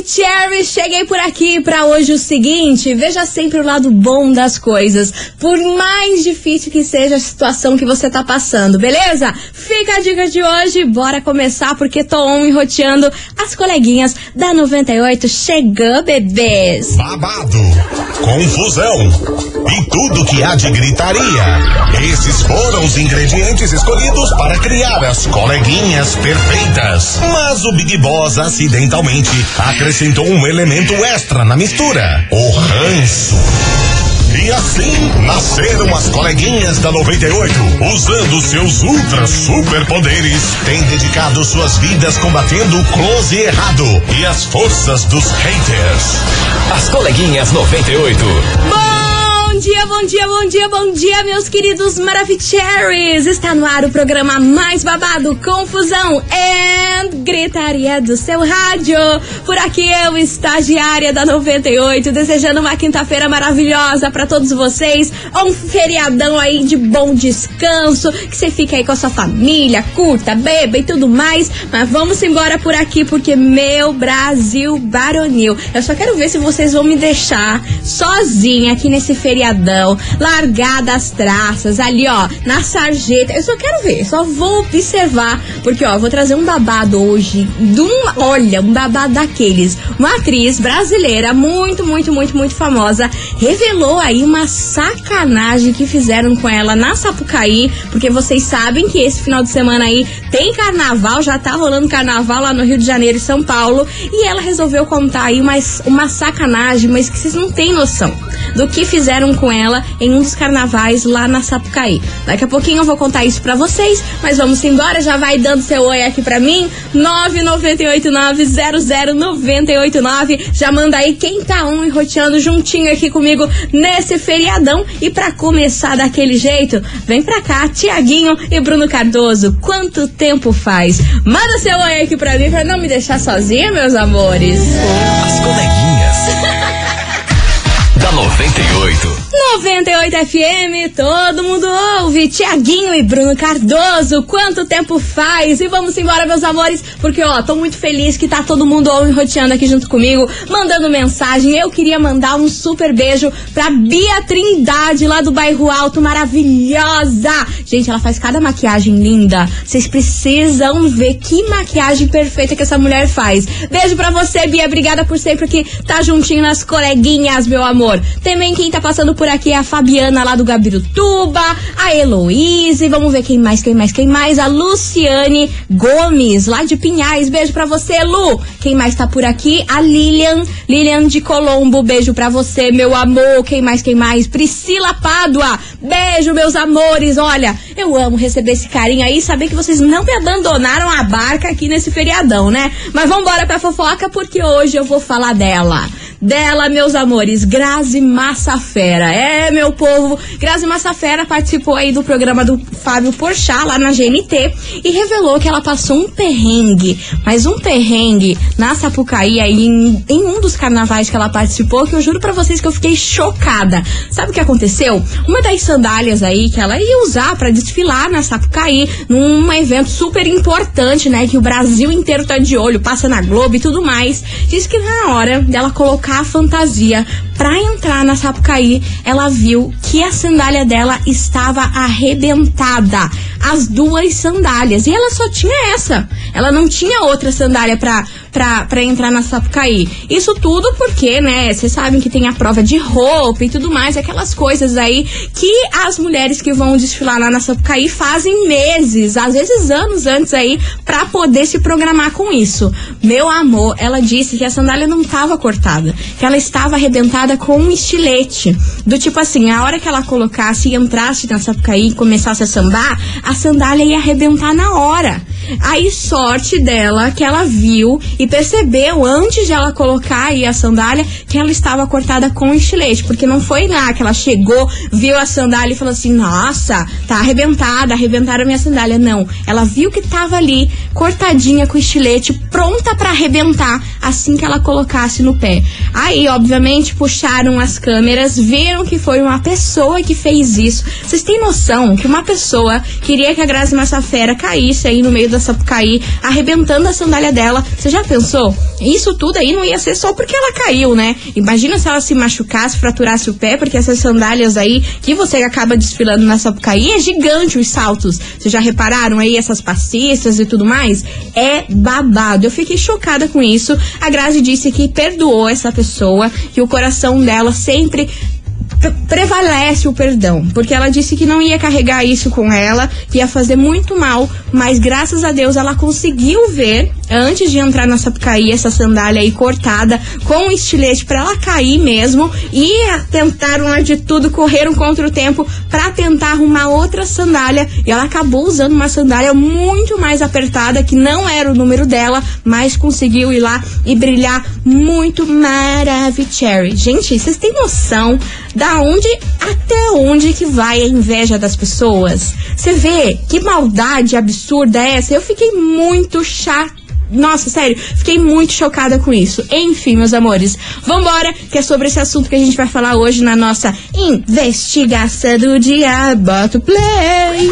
Maravicherry, cheguei por aqui pra hoje o seguinte, veja sempre o lado bom das coisas, por mais difícil que seja a situação que você tá passando, beleza? Fica a dica de hoje, bora começar porque tô enroteando as coleguinhas da 98, chegou, bebês! Babado, confusão e tudo que há de gritaria. Esses foram os ingredientes escolhidos para criar as coleguinhas perfeitas. Mas o Big Boss acidentalmente acrescentou um elemento extra na mistura: o ranço. E assim nasceram as coleguinhas da 98, usando seus ultra superpoderes, têm dedicado suas vidas combatendo o close errado e as forças dos haters. As coleguinhas 98. Bom dia, bom dia, bom dia, bom dia, meus queridos Maravicherrys! Está no ar o programa mais babado, confusão e gritaria do seu rádio. Por aqui eu, estagiária da 98, desejando uma quinta-feira maravilhosa pra todos vocês, um feriadão aí de bom descanso, que você fique aí com a sua família, curta, beba e tudo mais, mas vamos embora por aqui porque meu Brasil baronil, eu só quero ver se vocês vão me deixar sozinha aqui nesse feriadão, largada as traças, ali ó, na sarjeta. Eu só quero ver, só vou observar, porque ó, vou trazer um babado hoje, um babado daqueles. Uma atriz brasileira muito famosa revelou aí uma sacanagem que fizeram com ela na Sapucaí, porque vocês sabem que esse final de semana aí tem carnaval, já tá rolando carnaval lá no Rio de Janeiro e São Paulo, e ela resolveu contar aí uma sacanagem, mas que vocês não têm noção do que fizeram com ela em um dos carnavais lá na Sapucaí. Daqui a pouquinho eu vou contar isso pra vocês, mas vamos embora, já vai dando seu oi aqui pra mim, 998900989, já manda aí quem tá enroteando juntinho aqui comigo nesse feriadão. E pra começar daquele jeito, vem pra cá, Tiaguinho e Bruno Cardoso, quanto tempo faz? Manda seu oi aqui pra mim pra não me deixar sozinha, meus amores. As coleguinhas da 98. 98 FM, todo mundo ouve. Tiaguinho e Bruno Cardoso, quanto tempo faz? E vamos embora, meus amores, porque ó, tô muito feliz que tá todo mundo enroteando aqui junto comigo, mandando mensagem. Eu queria mandar um super beijo pra Bia Trindade, lá do Bairro Alto, maravilhosa. Gente, ela faz cada maquiagem linda. Vocês precisam ver que maquiagem perfeita que essa mulher faz. Beijo pra você, Bia, obrigada por sempre que tá juntinho nas coleguinhas, meu amor. Também quem tá passando por aqui é a Fabiana lá do Gabirutuba, a Heloíse, vamos ver quem mais, a Luciane Gomes, lá de Pinhais, beijo pra você, Lu. Quem mais tá por aqui? A Lilian de Colombo, beijo pra você, meu amor. Quem mais? Priscila Pádua, beijo, meus amores. Olha, eu amo receber esse carinho aí, saber que vocês não me abandonaram a barca aqui nesse feriadão, né? Mas vambora pra fofoca, porque hoje eu vou falar dela, meus amores, Grazi Massafera. É, meu povo, Grazi Massafera participou aí do programa do Fábio Porchat lá na GNT e revelou que ela passou um perrengue, mas um perrengue na Sapucaí aí em um dos carnavais que ela participou, que eu juro pra vocês que eu fiquei chocada. Sabe o que aconteceu? Uma das sandálias aí que ela ia usar pra desfilar na Sapucaí, num evento super importante, né, que o Brasil inteiro tá de olho, passa na Globo e tudo mais, diz que na hora dela colocar a fantasia pra entrar na Sapucaí, ela viu que a sandália dela estava arrebentada, as duas sandálias, e ela só tinha essa, ela não tinha outra sandália pra entrar na Sapucaí. Isso tudo porque, né, vocês sabem que tem a prova de roupa e tudo mais, aquelas coisas aí que as mulheres que vão desfilar lá na Sapucaí fazem meses, às vezes anos antes aí, pra poder se programar com isso. Meu amor, ela disse que a sandália não estava cortada, que ela estava arrebentada com um estilete, do tipo assim, a hora que ela colocasse e entrasse na Sapucaí e começasse a sambar, a sandália ia arrebentar na hora. Aí, sorte dela que ela viu e percebeu, antes de ela colocar aí a sandália, que ela estava cortada com estilete, porque não foi lá que ela chegou, viu a sandália e falou assim, nossa, tá arrebentada, arrebentaram a minha sandália. Não, ela viu que tava ali cortadinha com estilete, pronta pra arrebentar assim que ela colocasse no pé. Aí, obviamente, puxaram as câmeras, viram que foi uma pessoa que fez isso. Vocês têm noção que uma pessoa queria que a Grazi Massafera caísse aí no meio da Sapucaí, arrebentando a sandália dela? Você já pensou? Isso tudo aí não ia ser só porque ela caiu, né? Imagina se ela se machucasse, fraturasse o pé, porque essas sandálias aí que você acaba desfilando na Sapucaí é gigante os saltos. Vocês já repararam aí essas passistas e tudo mais? É babado. Eu fiquei chocada com isso. A Grazi disse que perdoou essa pessoa, que o coração dela sempre prevalece o perdão, porque ela disse que não ia carregar isso com ela, que ia fazer muito mal, mas graças a Deus ela conseguiu ver, antes de entrar na Sapucaí, essa sandália aí cortada com um estilete pra ela cair mesmo, e tentaram lá de tudo, correram contra o tempo pra tentar arrumar outra sandália, e ela acabou usando uma sandália muito mais apertada, que não era o número dela, mas conseguiu ir lá e brilhar muito maravilhoso. Gente, vocês têm noção da onde até onde que vai a inveja das pessoas? Você vê que maldade absurda é essa? Eu fiquei muito Nossa, sério, fiquei muito chocada com isso. Enfim, meus amores, vambora, que é sobre esse assunto que a gente vai falar hoje na nossa investigação do dia. Bota o play.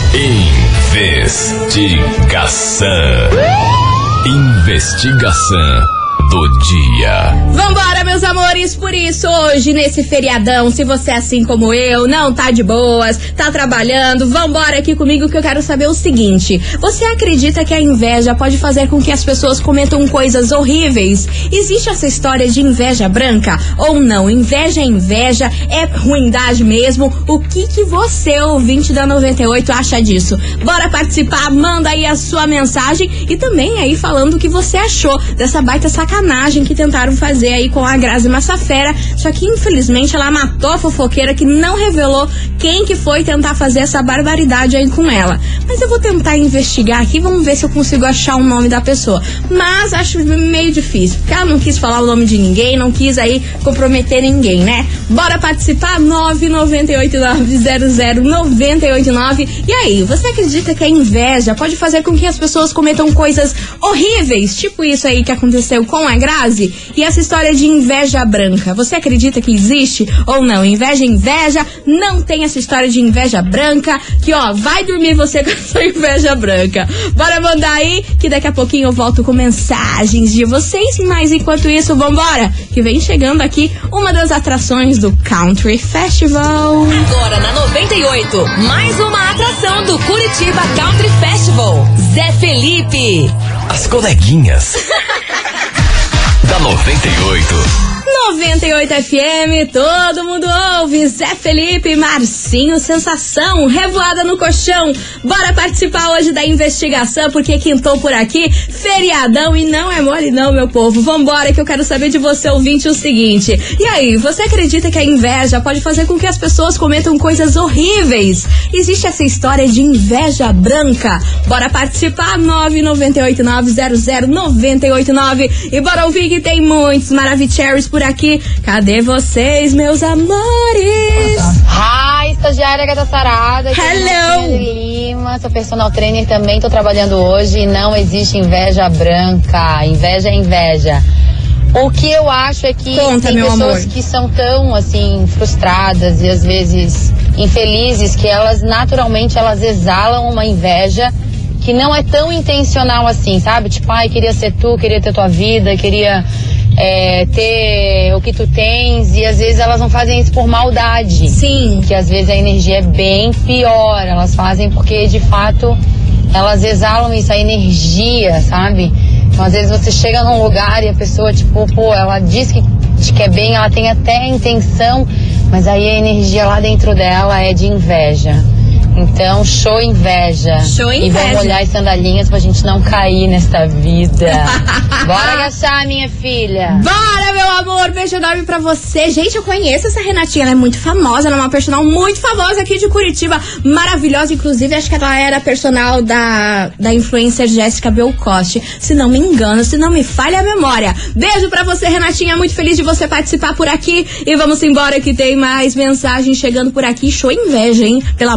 Investigação do dia. Vambora, meus amores, por isso hoje nesse feriadão, se você assim como eu, não tá de boas, tá trabalhando, vambora aqui comigo que eu quero saber o seguinte: você acredita que a inveja pode fazer com que as pessoas cometam coisas horríveis? Existe essa história de inveja branca ou não? Inveja é inveja, é ruindade mesmo? O que você, ouvinte da 98, acha disso? Bora participar, manda aí a sua mensagem e também aí falando o que você achou dessa baita sacanagem que tentaram fazer aí com a Grazi Massafera, só que infelizmente ela matou a fofoqueira que não revelou quem que foi tentar fazer essa barbaridade aí com ela. Mas eu vou tentar investigar aqui, vamos ver se eu consigo achar o nome da pessoa. Mas acho meio difícil, porque ela não quis falar o nome de ninguém, não quis aí comprometer ninguém, né? Bora participar? 998900989. E aí, você acredita que a inveja pode fazer com que as pessoas cometam coisas horríveis? Tipo isso aí que aconteceu com a Grazi? E essa história de inveja branca, você acredita que existe ou não? Inveja, não tem essa história de inveja branca, que ó, vai dormir você com essa inveja branca. Bora mandar aí, que daqui a pouquinho eu volto com mensagens de vocês, mas enquanto isso, vambora, que vem chegando aqui uma das atrações do Country Festival. Agora na 98, mais uma atração do Curitiba Country Festival. Zé Felipe. As coleguinhas da 98. 98 FM, todo mundo ouve. Zé Felipe, Marcinho, Sensação, Revoada no Colchão. Bora participar hoje da investigação, porque quintou por aqui, feriadão, e não é mole não, meu povo. Vambora, que eu quero saber de você, ouvinte, o seguinte: e aí, você acredita que a inveja pode fazer com que as pessoas cometam coisas horríveis? Existe essa história de inveja branca? Bora participar, 998900989. E bora ouvir que tem muitos maravilhosos por aqui. Cadê vocês, meus amores? Hi, estagiária Gata Sarada. Hello! Lima, sou personal trainer também, tô trabalhando hoje e não existe inveja branca. Inveja é inveja. O que eu acho é que tem pessoas que são tão, assim, frustradas e às vezes infelizes que elas, naturalmente, elas exalam uma inveja que não é tão intencional assim, sabe? Tipo, ai, queria ser tu, queria ter tua vida, queria ter o que tu tens, e às vezes elas não fazem isso por maldade. Sim. Que às vezes a energia é bem pior, elas fazem porque de fato elas exalam isso, a energia, sabe? Então às vezes você chega num lugar e a pessoa, tipo, pô, ela diz que te quer bem, ela tem até a intenção, mas aí a energia lá dentro dela é de inveja. Então, show inveja. Show inveja. E vamos olhar as sandalinhas pra gente não cair nesta vida. Bora agachar, minha filha. Bora, meu amor. Beijo enorme pra você. Gente, eu conheço essa Renatinha. Ela é muito famosa. Ela é uma personal muito famosa aqui de Curitiba. Maravilhosa. Inclusive, acho que ela era personal da influencer Jéssica Belcoste. Se não me engano, se não me falha a memória. Beijo pra você, Renatinha. Muito feliz de você participar por aqui. E vamos embora que tem mais mensagens chegando por aqui. Show inveja, hein? Pelo amor de Deus,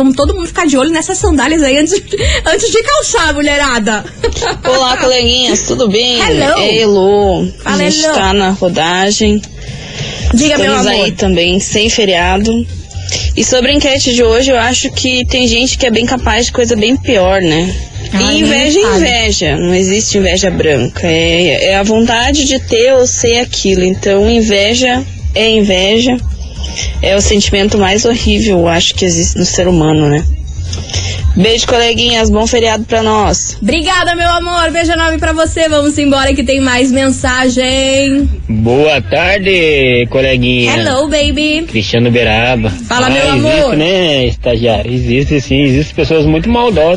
vamos todo mundo ficar de olho nessas sandálias aí antes de calçar, mulherada. Olá, coleguinhas, tudo bem? Hello. Elô. A gente tá na rodagem. Diga, meu amor. Estamos aí também, sem feriado. E sobre a enquete de hoje, eu acho que tem gente que é bem capaz de coisa bem pior, né? E inveja é inveja, não existe inveja branca. É a vontade de ter ou ser aquilo. Então, inveja é inveja. É o sentimento mais horrível, eu acho, que existe no ser humano, né? Beijo, coleguinhas, bom feriado pra nós. Obrigada, meu amor, beijo enorme pra você. Vamos embora que tem mais mensagem. Boa tarde, coleguinha. Hello, baby. Cristiano Beraba. Fala, meu existe, amor. Existe, né, estagiário? Existe sim, existem pessoas muito maldosas.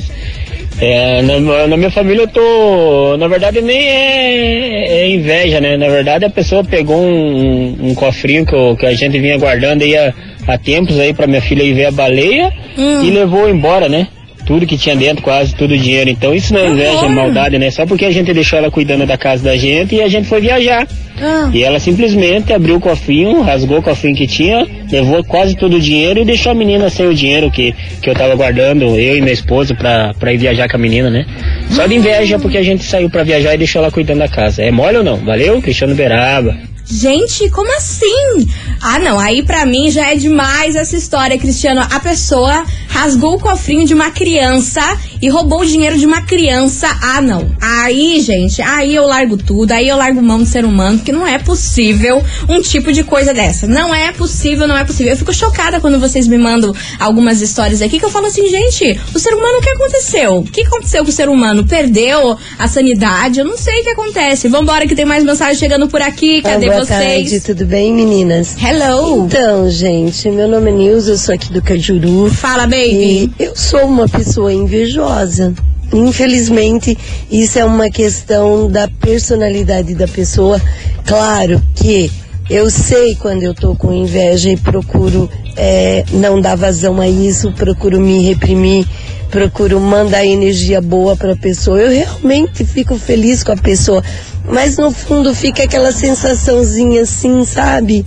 Na minha família eu tô... Na verdade nem é inveja, né? Na verdade a pessoa pegou um cofrinho que a gente vinha guardando aí há tempos aí pra minha filha ir ver a baleia e levou embora, né? Tudo que tinha dentro, quase tudo o dinheiro. Então isso não é inveja, é maldade, né? Só porque a gente deixou ela cuidando da casa da gente e a gente foi viajar. E ela simplesmente abriu o cofrinho, rasgou o cofrinho que tinha, levou quase todo o dinheiro e deixou a menina sem o dinheiro que eu tava guardando, eu e minha esposa, pra ir viajar com a menina, né? Só de inveja porque a gente saiu pra viajar e deixou ela cuidando da casa. É mole ou não? Valeu? Cristiano Beraba. Gente, como assim? Ah, não, aí pra mim já é demais essa história, Cristiano. A pessoa rasgou o cofrinho de uma criança e roubou o dinheiro de uma criança. Ah, não. Aí, gente, aí eu largo tudo, aí eu largo mão do ser humano, porque não é possível um tipo de coisa dessa. Não é possível, não é possível. Eu fico chocada quando vocês me mandam algumas histórias aqui que eu falo assim, gente, o ser humano, o que aconteceu? O que aconteceu com o ser humano? Perdeu a sanidade? Eu não sei o que acontece. Vambora que tem mais mensagem chegando por aqui. Cadê Boa tarde, tudo bem, meninas? Hello! Então, gente, meu nome é Nilza, eu sou aqui do Cajuru. Fala, baby! E eu sou uma pessoa invejosa. Infelizmente, isso é uma questão da personalidade da pessoa. Claro que eu sei quando eu tô com inveja e procuro não dar vazão a isso, procuro me reprimir, procuro mandar energia boa pra pessoa. Eu realmente fico feliz com a pessoa, mas no fundo fica aquela sensaçãozinha assim, sabe?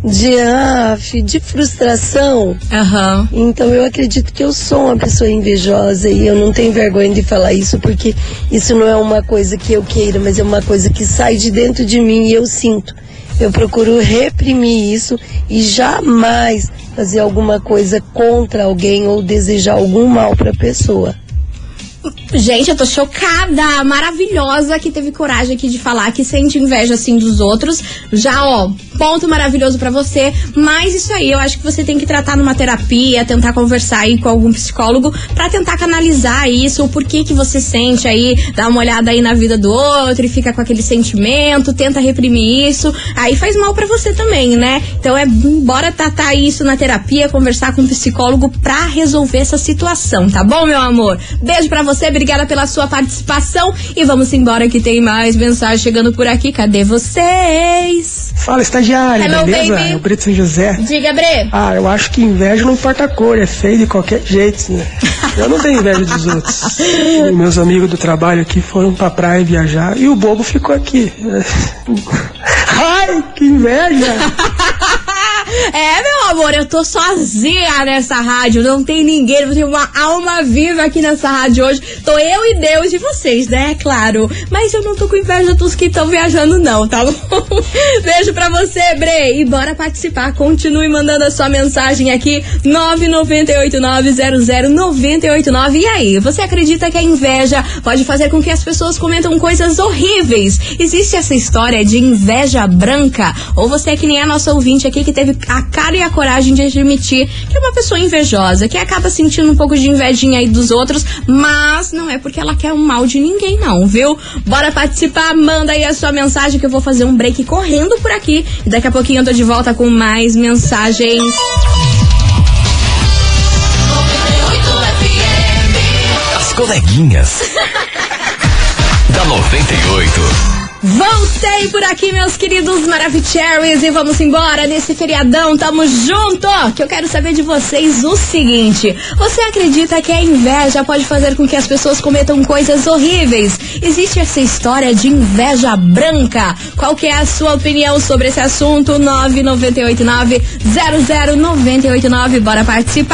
De frustração. Então eu acredito que eu sou uma pessoa invejosa e eu não tenho vergonha de falar isso, porque isso não é uma coisa que eu queira, mas é uma coisa que sai de dentro de mim e eu sinto. Eu procuro reprimir isso e jamais fazer alguma coisa contra alguém ou desejar algum mal para a pessoa. Gente, eu tô chocada, maravilhosa, que teve coragem aqui de falar que sente inveja assim dos outros. Já, ó, ponto maravilhoso pra você. Mas isso aí, eu acho que você tem que tratar numa terapia, tentar conversar aí com algum psicólogo pra tentar canalizar isso, o porquê que você sente aí, dá uma olhada aí na vida do outro e fica com aquele sentimento, tenta reprimir isso, aí faz mal pra você também, né? Então bora tratar isso na terapia, conversar com um psicólogo pra resolver essa situação, tá bom, meu amor? Beijo pra você, obrigada pela sua participação e vamos embora que tem mais mensagem chegando por aqui. Cadê vocês? Fala, estagiário, hello, beleza? Baby. É o Bre de São José. Diga, Bre. Ah, eu acho que inveja não importa a cor, é feio de qualquer jeito, né? Eu não tenho inveja dos outros. E meus amigos do trabalho aqui foram pra praia viajar e o bobo ficou aqui. Ai, que inveja! Meu amor, eu tô sozinha nessa rádio, não tem ninguém, eu tenho uma alma viva aqui nessa rádio hoje. Tô eu e Deus e vocês, né? Claro. Mas eu não tô com inveja dos que estão viajando, não, tá bom? Beijo pra você, Bre. E bora participar. Continue mandando a sua mensagem aqui, 998900989. E aí, você acredita que a inveja pode fazer com que as pessoas cometam coisas horríveis? Existe essa história de inveja branca? Ou você é que nem a nossa ouvinte aqui que teve a cara e a coragem de admitir que é uma pessoa invejosa, que acaba sentindo um pouco de invejinha aí dos outros, mas não é porque ela quer o mal de ninguém não, viu? Bora participar, manda aí a sua mensagem que eu vou fazer um break correndo por aqui e daqui a pouquinho eu tô de volta com mais mensagens. As coleguinhas da 98. Voltei por aqui, meus queridos Maravicheries, e vamos embora nesse feriadão, tamo junto, que eu quero saber de vocês o seguinte: você acredita que a inveja pode fazer com que as pessoas cometam coisas horríveis? Existe essa história de inveja branca? Qual que é a sua opinião sobre esse assunto? 998900989, bora participar.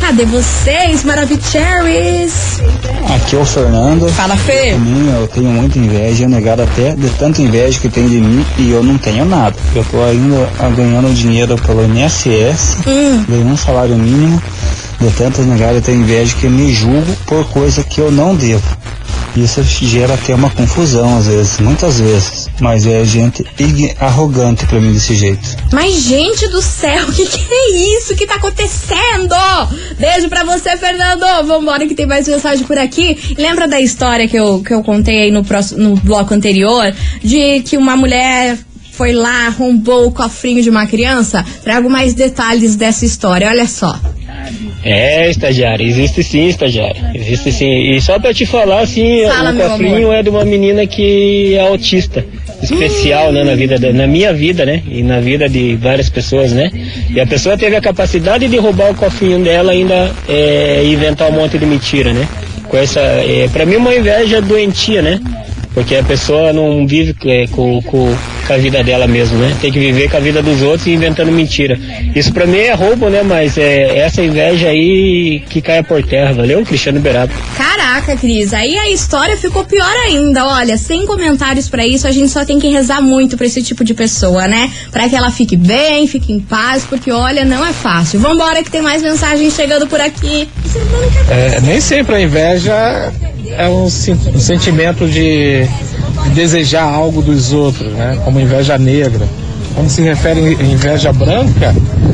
Cadê vocês, Maravicheries? Aqui é o Fernando. Fala, Fê. Eu tenho muita inveja, negado até de tanta inveja que tem de mim e eu não tenho nada. Eu tô ainda ganhando dinheiro pelo INSS, ganhando um salário mínimo, de tantas negadas eu tenho inveja que me julgo por coisa que eu não devo. Isso gera até uma confusão às vezes, muitas vezes, mas é gente arrogante pra mim desse jeito. Mas gente do céu, o que é isso que tá acontecendo? Beijo pra você, Fernando. Vambora que tem mais mensagem por aqui. Lembra da história que eu contei aí no bloco anterior, de que uma mulher foi lá, arrombou o cofrinho de uma criança? Trago mais detalhes dessa história, olha só. Estagiário, existe sim, estagiário. Existe sim. E só pra te falar, assim, Fala, o cofrinho é de uma menina que é autista. Especial, né, na minha vida, né? E na vida de várias pessoas, né? E a pessoa teve a capacidade de roubar o cofrinho dela e ainda inventar um monte de mentira, né? Com essa, pra mim, uma inveja doentia, né? Porque a pessoa não vive com a vida dela mesmo, né? Tem que viver com a vida dos outros e inventando mentira. Isso pra mim é roubo, né? Mas é essa inveja aí que caia por terra, valeu? Cristiano Berato. Caraca, Cris, aí a história ficou pior ainda. Olha, sem comentários pra isso, a gente só tem que rezar muito pra esse tipo de pessoa, né? Pra que ela fique bem, fique em paz, porque olha, não é fácil. Vambora que tem mais mensagens chegando por aqui. Nem sempre a inveja é um sentimento de desejar algo dos outros, né? Como inveja negra. Quando se refere a inveja branca,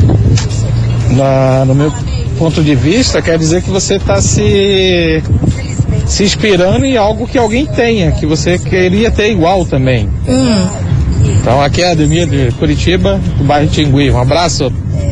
no meu ponto de vista, quer dizer que você está se inspirando em algo que alguém tenha, que você queria ter igual também. Então aqui é a Ademir de Curitiba, do bairro Tingui. Um abraço.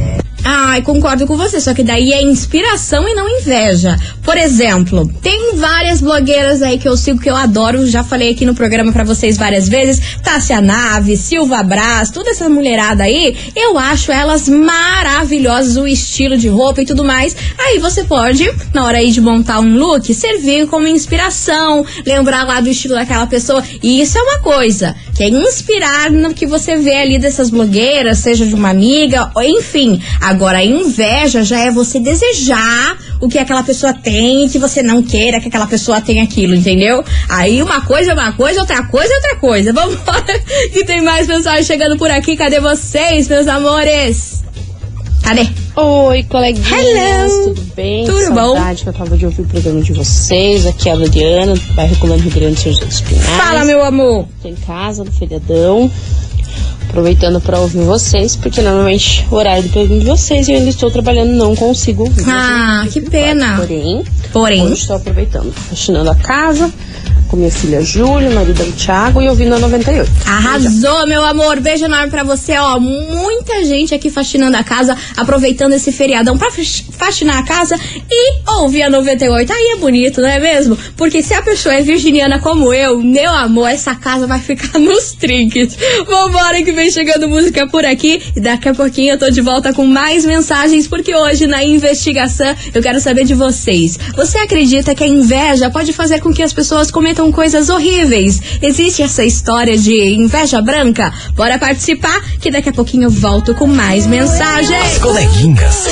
Ai, concordo com você, só que daí é inspiração e não inveja. Por exemplo, tem várias blogueiras aí que eu sigo, que eu adoro, já falei aqui no programa pra vocês várias vezes, Tássia Naves, Silva Braz, toda essa mulherada aí, eu acho elas maravilhosas, o estilo de roupa e tudo mais. Aí você pode, na hora aí de montar um look, servir como inspiração, lembrar lá do estilo daquela pessoa, e isso é uma coisa, que é inspirar no que você vê ali dessas blogueiras, seja de uma amiga, ou enfim. Agora, a inveja já é você desejar o que aquela pessoa tem e que você não queira que aquela pessoa tenha aquilo, entendeu? Aí uma coisa é uma coisa, outra coisa é outra coisa. Vamos embora que tem mais mensagens chegando por aqui. Cadê vocês, meus amores? Cadê? Oi, coleguinhas. Hello. Tudo bem? Tudo bom? Saudade que eu tava de ouvir o programa de vocês. Aqui é a Loriana, do bairro Colônia Rio Grande, São José dos Pinhais. Fala, meu amor. Tô em casa, no feriadão. Aproveitando para ouvir vocês, porque normalmente o horário do programa de vocês eu ainda estou trabalhando, não consigo ouvir. Ah, que pena. Porém, hoje estou aproveitando, faxinando a casa com minha filha Júlia, marido do Thiago e ouvindo a 98. Arrasou, meu amor. Beijo enorme pra você, ó. Muita gente aqui faxinando a casa, aproveitando esse feriadão pra faxinar a casa e ouvir a 98. Aí é bonito, não é mesmo? Porque se a pessoa é virginiana como eu, meu amor, essa casa vai ficar nos trinques. Vambora que vem chegando música por aqui e daqui a pouquinho eu tô de volta com mais mensagens, porque hoje na investigação eu quero saber de vocês. Você acredita que a inveja pode fazer com que as pessoas cometam coisas horríveis? Existe essa história de inveja branca? Bora participar que daqui a pouquinho eu volto com mais mensagens. As coleguinhas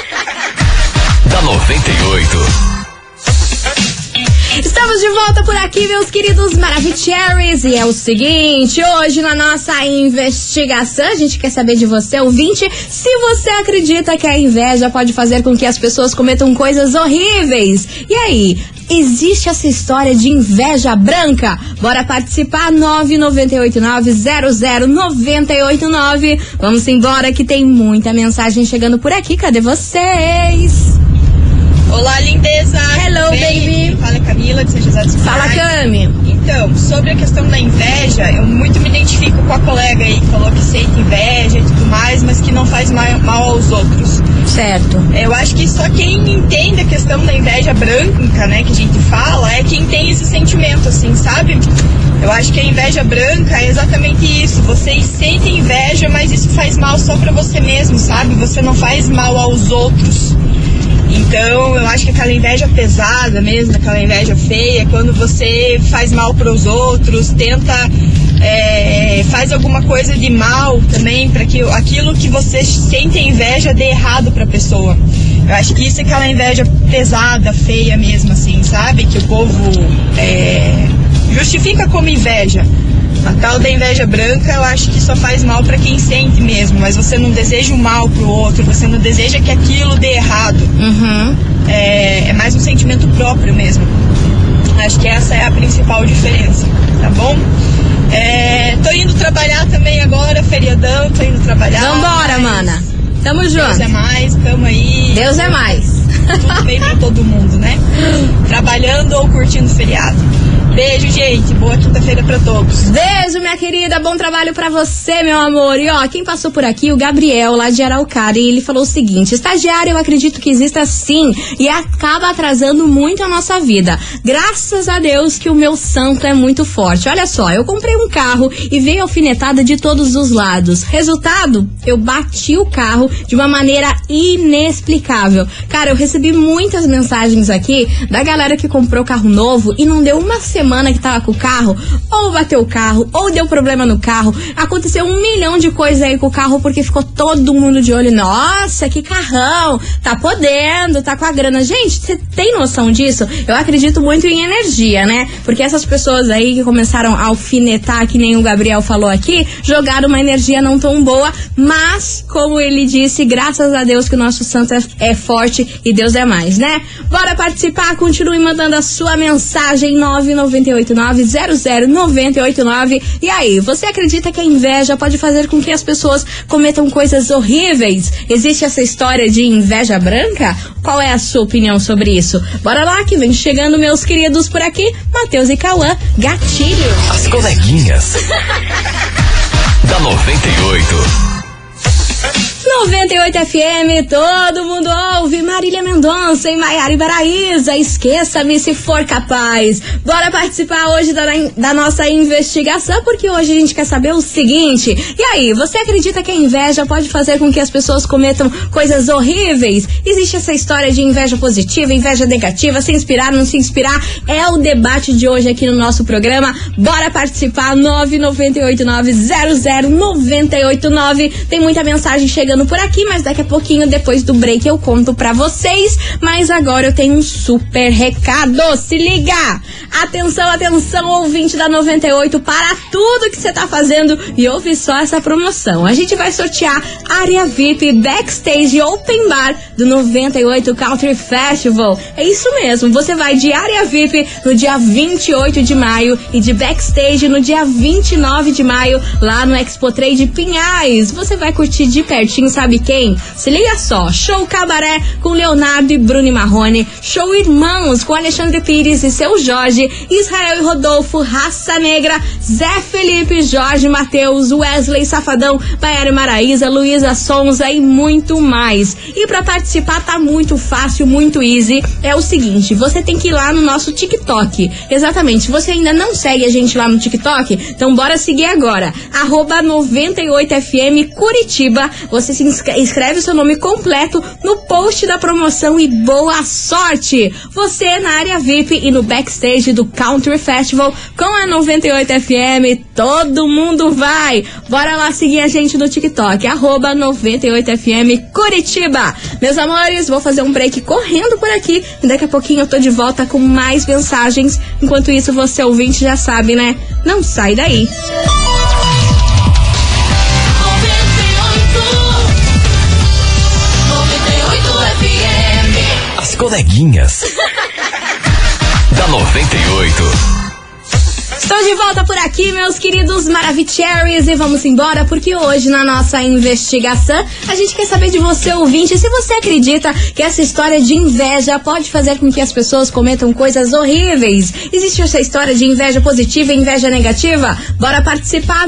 da 98. Estamos de volta por aqui, meus queridos Maravicheries, e é o seguinte, hoje na nossa investigação a gente quer saber de você, ouvinte, se você acredita que a inveja pode fazer com que as pessoas cometam coisas horríveis. E aí, existe essa história de inveja branca? Bora participar, 998900989. Vamos embora que tem muita mensagem chegando por aqui, cadê vocês? Olá, lindeza! Hello, baby! Fala, Camila, de São José dos Pinhais. Fala, Cami! Então, sobre a questão da inveja, eu muito me identifico com a colega aí que falou que sente inveja e tudo mais, mas que não faz mal aos outros. Certo. Eu acho que só quem entende a questão da inveja branca, né, que a gente fala, é quem tem esse sentimento, assim, sabe? Eu acho que a inveja branca é exatamente isso. Vocês sentem inveja, mas isso faz mal só pra você mesmo, sabe? Você não faz mal aos outros. Então, eu acho que aquela inveja pesada mesmo, aquela inveja feia, é quando você faz mal para os outros, tenta, faz alguma coisa de mal também, para que aquilo que você sente inveja dê errado para a pessoa. Eu acho que isso é aquela inveja pesada, feia mesmo, assim, sabe? Que o povo justifica como inveja. A tal da inveja branca, eu acho que só faz mal pra quem sente mesmo, mas você não deseja o mal pro outro, você não deseja que aquilo dê errado. É mais um sentimento próprio mesmo. Acho que essa é a principal diferença, tá bom? Tô indo trabalhar também agora, feriadão, tô indo trabalhar. Vambora, mana. Tamo junto. Deus é mais, tamo aí. Deus é mais. Tudo bem pra todo mundo, né? Trabalhando ou curtindo o feriado. Beijo, gente. Boa quinta-feira pra todos. Beijo, minha querida. Bom trabalho pra você, meu amor. E ó, quem passou por aqui, o Gabriel, lá de Araucária, e ele falou o seguinte: estagiário, eu acredito que exista sim e acaba atrasando muito a nossa vida. Graças a Deus que o meu santo é muito forte. Olha só, eu comprei um carro e veio alfinetada de todos os lados. Resultado, eu bati o carro de uma maneira inexplicável. Cara, eu recebi muitas mensagens aqui da galera que comprou carro novo e não deu uma semana que tava com o carro, ou bateu o carro, ou deu problema no carro. Aconteceu 1 milhão de coisas aí com o carro, porque ficou todo mundo de olho. Nossa, que carrão, tá podendo, tá com a grana. Gente, você tem noção disso? Eu acredito muito em energia, né? Porque essas pessoas aí que começaram a alfinetar, que nem o Gabriel falou aqui, jogaram uma energia não tão boa, mas, como ele disse, graças a Deus que o nosso santo é forte e Deus é mais, né? Bora participar, continue mandando a sua mensagem 998900989. E aí, você acredita que a inveja pode fazer com que as pessoas cometam coisas horríveis? Existe essa história de inveja branca? Qual é a sua opinião sobre isso? Bora lá, que vem chegando meus queridos por aqui, Matheus e Cauã, Gatilho. As coleguinhas da 98. 98 FM, todo mundo ouve. Marília Mendonça e Maiara Ibaraíza, esqueça-me se for capaz. Bora participar hoje da nossa investigação, porque hoje a gente quer saber o seguinte: e aí, você acredita que a inveja pode fazer com que as pessoas cometam coisas horríveis? Existe essa história de inveja positiva, inveja negativa, se inspirar, não se inspirar? É o debate de hoje aqui no nosso programa. Bora participar, 998900989. Tem muita mensagem chegando por aqui, mas daqui a pouquinho, depois do break, eu conto pra vocês. Mas agora eu tenho um super recado. Se liga! Atenção, atenção, ouvinte da 98, para tudo que você tá fazendo e ouve só essa promoção. A gente vai sortear área VIP Backstage Open Bar do 98 Country Festival. É isso mesmo, você vai de área VIP no dia 28 de maio e de Backstage no dia 29 de maio, lá no Expo Trade Pinhais. Você vai curtir de pertinho, sabe quem? Se liga só, show Cabaré com Leonardo e Bruno Marrone, show Irmãos com Alexandre Pires e Seu Jorge, Israel e Rodolfo, Raça Negra, Zé Felipe, Jorge Mateus, Wesley Safadão, Maiara Maraíza, Luísa Sonza e muito mais. E pra participar tá muito fácil, muito easy. É o seguinte, você tem que ir lá no nosso TikTok. Exatamente, se você ainda não segue a gente lá no TikTok, então bora seguir agora, @98FM Curitiba. Você se escreve o seu nome completo no post da promoção e boa sorte! Você na área VIP e no backstage do Country Festival com a 98 FM, todo mundo vai! Bora lá seguir a gente no TikTok, @98FM Curitiba. Meus amores, vou fazer um break correndo por aqui e daqui a pouquinho eu tô de volta com mais mensagens. Enquanto isso, você ouvinte já sabe, né? Não sai daí! As coleguinhas da 98. Estou de volta por aqui, meus queridos Maravicheries, e vamos embora porque hoje na nossa investigação a gente quer saber de você, ouvinte, se você acredita que essa história de inveja pode fazer com que as pessoas cometam coisas horríveis. Existe essa história de inveja positiva e inveja negativa? Bora participar,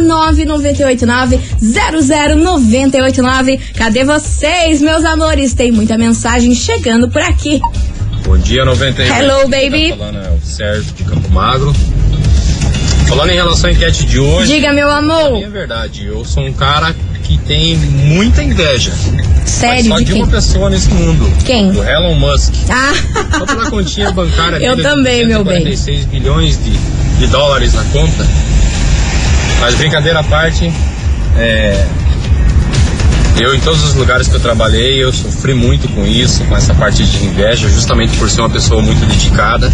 998900989. Cadê vocês, meus amores? Tem muita mensagem chegando por aqui. Bom dia, 98. Hello, baby. Tá falando, é o Sérgio de Campo Magro. Falando em relação à enquete de hoje... Diga, meu amor. É verdade, eu sou um cara que tem muita inveja. Sério? Mas só de uma pessoa nesse mundo. Quem? Do Elon Musk. Ah. Só pela continha bancária eu também, meu bem. 46 bilhões de dólares na conta. Mas brincadeira à parte, Em todos os lugares que eu trabalhei, eu sofri muito com isso, com essa parte de inveja, justamente por ser uma pessoa muito dedicada.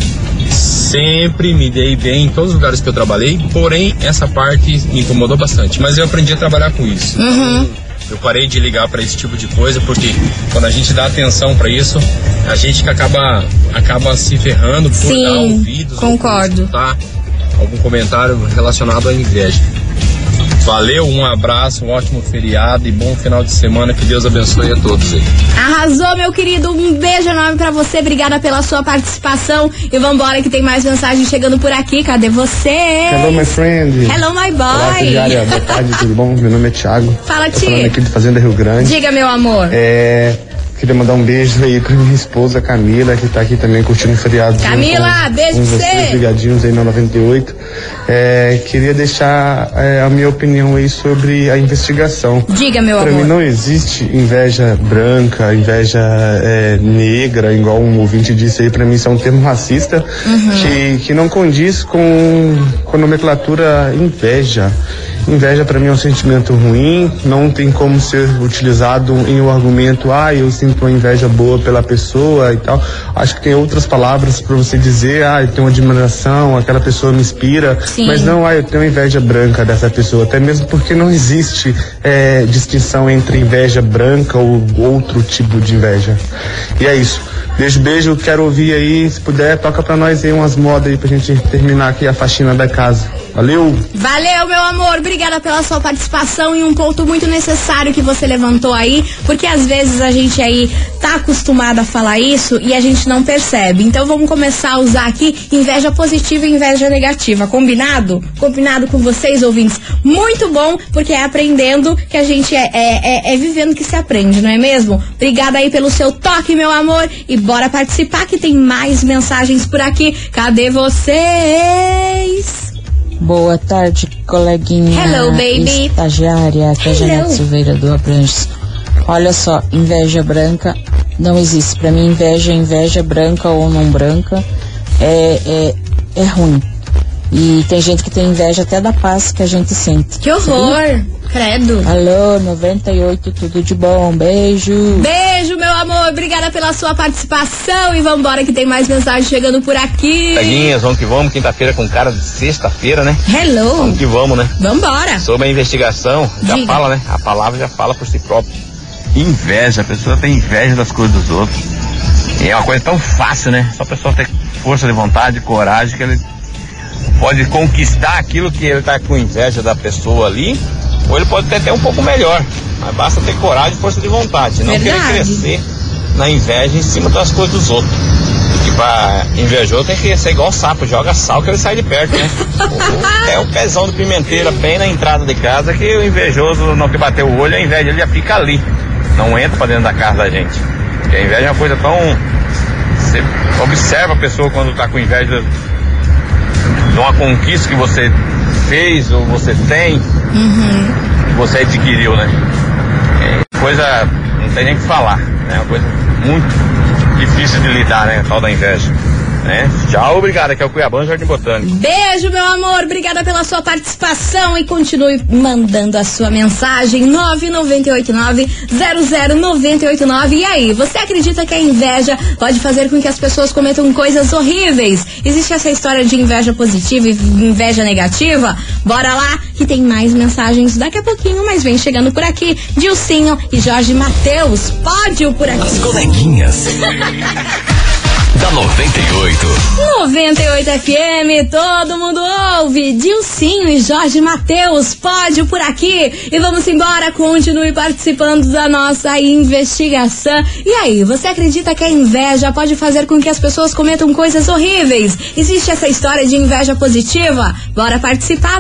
Sempre me dei bem em todos os lugares que eu trabalhei, porém essa parte me incomodou bastante, mas eu aprendi a trabalhar com isso. Então, eu parei de ligar para esse tipo de coisa, porque quando a gente dá atenção para isso, a gente que acaba se ferrando por dar ouvidos, concordo, ou por escutar algum comentário relacionado à inveja. Valeu, um abraço, um ótimo feriado e bom final de semana, que Deus abençoe a todos aí. Arrasou, meu querido, um beijo enorme pra você, obrigada pela sua participação e vambora que tem mais mensagens chegando por aqui, cadê você? Hello, my friend. Hello, my boy. Olá, Diária, boa tarde, tudo bom? Meu nome é Thiago. Fala, Tô falando Tia. aqui de Fazenda Rio Grande. Diga, meu amor. Queria mandar um beijo aí pra minha esposa Camila, que tá aqui também curtindo o feriado. Camila, beijo pra você. Ligadinhos aí na 98. Queria deixar a minha opinião aí sobre a investigação. Diga, meu amor. Pra mim não existe inveja branca, inveja negra, igual um ouvinte disse aí. Pra mim isso é um termo racista que não condiz com a nomenclatura inveja. Inveja pra mim é um sentimento ruim, não tem como ser utilizado em um argumento, eu sinto uma inveja boa pela pessoa e tal. Acho que tem outras palavras pra você dizer, eu tenho uma admiração, aquela pessoa me inspira. Sim. Mas não, eu tenho inveja branca dessa pessoa, até mesmo porque não existe distinção entre inveja branca ou outro tipo de inveja. E é isso. Beijo, quero ouvir aí, se puder, toca pra nós aí umas modas aí pra gente terminar aqui a faxina da casa. Valeu! Valeu, meu amor, obrigada pela sua participação e um ponto muito necessário que você levantou aí, porque às vezes a gente aí tá acostumado a falar isso e a gente não percebe. Então vamos começar a usar aqui inveja positiva e inveja negativa, combinado? Combinado com vocês, ouvintes? Muito bom, porque é aprendendo que a gente é vivendo que se aprende, não é mesmo? Obrigada aí pelo seu toque, meu amor, e bora participar que tem mais mensagens por aqui. Cadê vocês? Boa tarde, coleguinha. Hello, baby. Estagiária, que é Janete Silveira do Abranches. Olha só, inveja branca não existe. Pra mim, inveja branca ou não branca é ruim. E tem gente que tem inveja até da paz que a gente sente. Que horror! Sim? Credo. Alô, 98, tudo de bom, beijo. Beijo, meu amor, obrigada pela sua participação e vambora que tem mais mensagem chegando por aqui. Peguinhas, vamos que vamos, quinta-feira com cara de sexta-feira, né? Hello. Vamos que vamos, né? Vambora. Sobre a investigação, já fala, né? A palavra já fala por si própria. Inveja, a pessoa tem inveja das coisas dos outros. E é uma coisa tão fácil, né? Só a pessoa ter força de vontade, coragem, que ele pode conquistar aquilo que ele tá com inveja da pessoa ali, ou ele pode até um pouco melhor, mas basta ter coragem e força de vontade, não querer crescer na inveja em cima das coisas dos outros. E pra invejoso tem que ser igual sapo, joga sal que ele sai de perto, né? É o pezão do pimenteiro bem na entrada de casa, que o invejoso, não que bater o olho, a inveja ele já fica ali, não entra pra dentro da casa da gente. Porque a inveja é uma coisa tão... Você observa a pessoa quando tá com inveja de uma conquista que você fez ou você tem, que você adquiriu, né? É coisa, não tem nem o que falar, né? É uma coisa muito difícil de lidar, né? A tal da inveja. Tchau, obrigado, aqui é o Cuiabano Jardim Botânico. Beijo, meu amor, obrigada pela sua participação e continue mandando a sua mensagem 998900989. E aí, você acredita que a inveja pode fazer com que as pessoas cometam coisas horríveis? Existe essa história de inveja positiva e inveja negativa? Bora lá que tem mais mensagens daqui a pouquinho, mas vem chegando por aqui Dilcinho e Jorge Mateus, pódio por aqui. As coleguinhas da 98. 98 FM, todo mundo ouve. Dilcinho e Jorge Mateus, pódio por aqui. E vamos embora, continue participando da nossa investigação. E aí, você acredita que a inveja pode fazer com que as pessoas cometam coisas horríveis? Existe essa história de inveja positiva? Bora participar,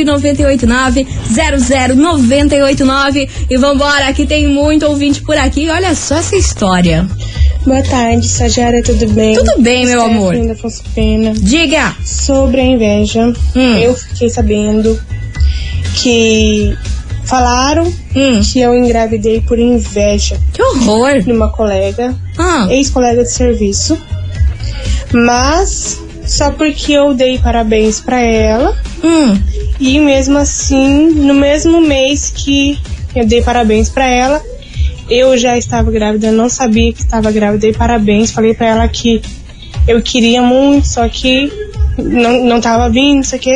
998900989. E vambora, que tem muito ouvinte por aqui. Olha só essa história. Boa tarde, estagiária, tudo bem? Tudo bem, meu amor. Da Afonso Pena. Diga. Sobre a inveja, eu fiquei sabendo que falaram que eu engravidei por inveja. Que horror! De uma colega, ex-colega de serviço. Mas só porque eu dei parabéns pra ela. E mesmo assim, no mesmo mês que eu dei parabéns pra ela. Eu já estava grávida, não sabia que estava grávida, dei parabéns, falei pra ela que eu queria muito, só que não tava vindo, isso aqui.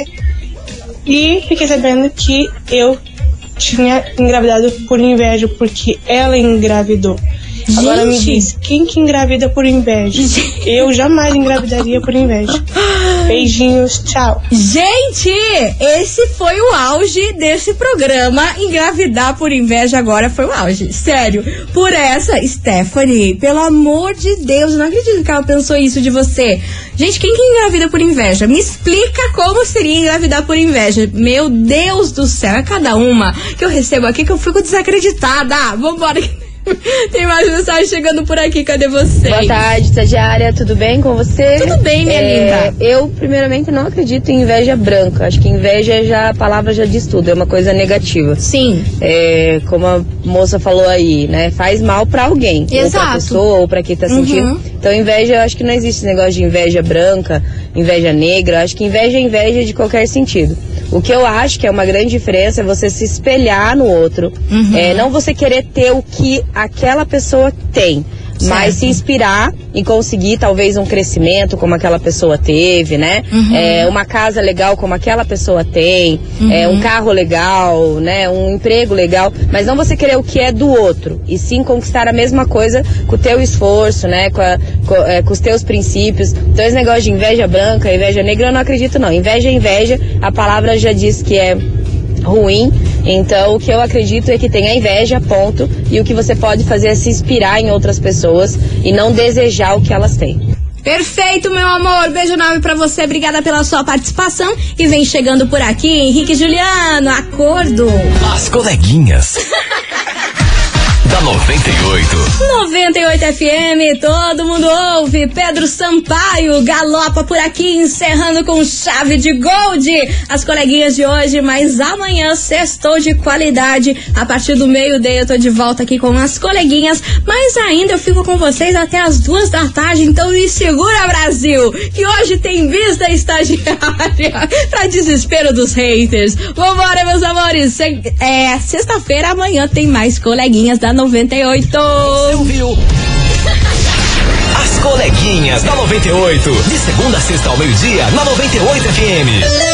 E fiquei sabendo que eu tinha engravidado por inveja, porque ela engravidou. Gente. Agora me diz, quem que engravida por inveja? Eu jamais engravidaria por inveja. Beijinhos, tchau. Gente, esse foi o auge desse programa. Engravidar por inveja agora foi o auge. Sério. Por essa, Stephanie, pelo amor de Deus, eu não acredito que ela pensou isso de você. Gente, quem que engravida por inveja? Me explica como seria engravidar por inveja. Meu Deus do céu, é cada uma que eu recebo aqui que eu fico desacreditada. Vambora. Tem mais mensagem chegando por aqui, cadê você? Boa tarde, estagiária, tudo bem com você? Tudo bem, minha linda. Eu, primeiramente, não acredito em inveja branca. Acho que inveja, a palavra já diz tudo, é uma coisa negativa. Sim. Como a moça falou aí, né? Faz mal pra alguém. Exato. Ou pra pessoa, ou pra quem tá sentindo. Então, inveja, eu acho que não existe esse negócio de inveja branca, inveja negra. Acho que inveja é inveja de qualquer sentido. O que eu acho que é uma grande diferença é você se espelhar no outro. Não você querer ter o que aquela pessoa tem, mas se inspirar e conseguir talvez um crescimento como aquela pessoa teve, né? Uma casa legal como aquela pessoa tem, um carro legal, né? Um emprego legal, mas não você querer o que é do outro, e sim conquistar a mesma coisa com o teu esforço, né? Com os teus princípios. Então esse negócio de inveja branca, inveja negra, eu não acredito não. Inveja é inveja, a palavra já diz que é ruim. Então, o que eu acredito é que tem a inveja, ponto. E o que você pode fazer é se inspirar em outras pessoas e não desejar o que elas têm. Perfeito, meu amor. Beijo enorme pra você. Obrigada pela sua participação. E vem chegando por aqui, Henrique e Juliano. Acordo. As coleguinhas. Da 98. 98 FM, todo mundo ouve. Pedro Sampaio galopa por aqui, encerrando com chave de gold as coleguinhas de hoje, mas amanhã sextou de qualidade. A partir do meio-dia eu tô de volta aqui com as coleguinhas, mas ainda eu fico com vocês até as 2 da tarde, então me segura, Brasil, que hoje tem vista estagiária pra desespero dos haters. Vambora, meus amores. Sexta-feira, amanhã tem mais coleguinhas da 98. Você ouviu? As coleguinhas da 98. De segunda a sexta ao meio-dia, na 98 FM.